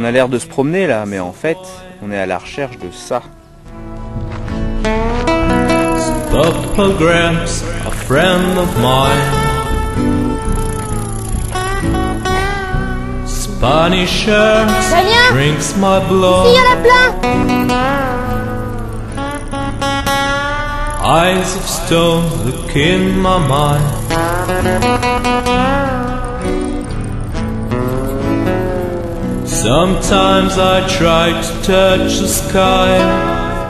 On a l'air de se promener là, mais en fait, on est à la recherche de ça. The pilgrim's a friend of mine. Spanish drinks my blood. Ici, il y en a plein. Eyes of stone look in my mind. Sometimes I try to touch the sky.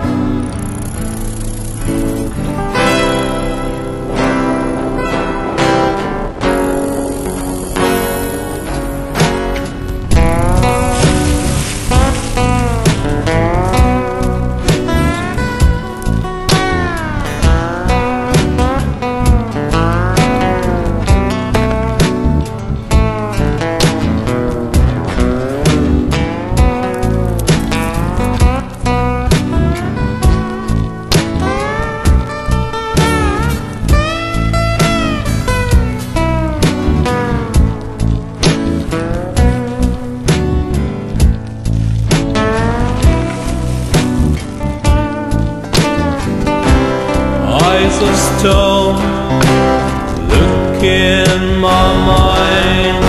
Eyes of stone look in my mind.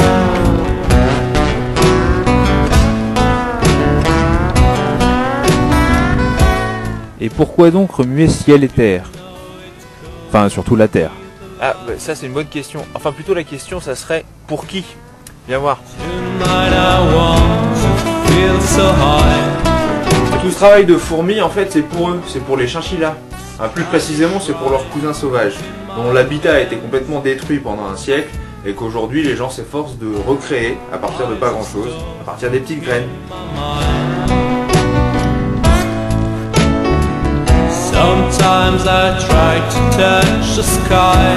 Et pourquoi donc remuer ciel et terre? Enfin, surtout la terre. Ah, bah, ça c'est une bonne question. Enfin, plutôt la question, ça serait pour qui? Viens voir. Tonight I want to feel so high. Tout ce travail de fourmis, en fait, c'est pour eux, c'est pour les chinchillas. Plus précisément, c'est pour leurs cousins sauvages, dont l'habitat a été complètement détruit pendant un siècle et qu'aujourd'hui les gens s'efforcent de recréer à partir de pas grand chose, à partir des petites graines. Sometimes I try to touch the sky,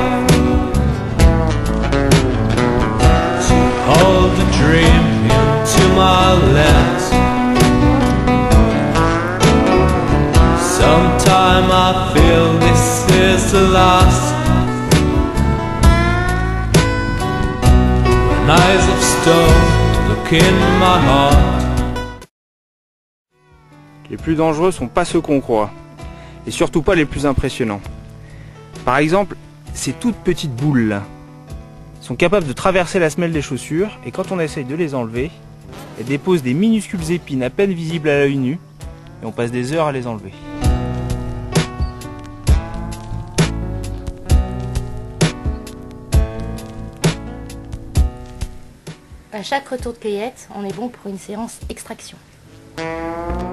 to hold the dream into my lens. Sometime I feel this is the last. When eyes of stone look in my heart. Les plus dangereux sont pas ceux qu'on croit, et surtout pas les plus impressionnants. Par exemple, ces toutes petites boules là sont capables de traverser la semelle des chaussures, et quand on essaye de les enlever, elles déposent des minuscules épines à peine visibles à l'œil nu, et on passe des heures à les enlever. À chaque retour de cueillette, on est bon pour une séance extraction.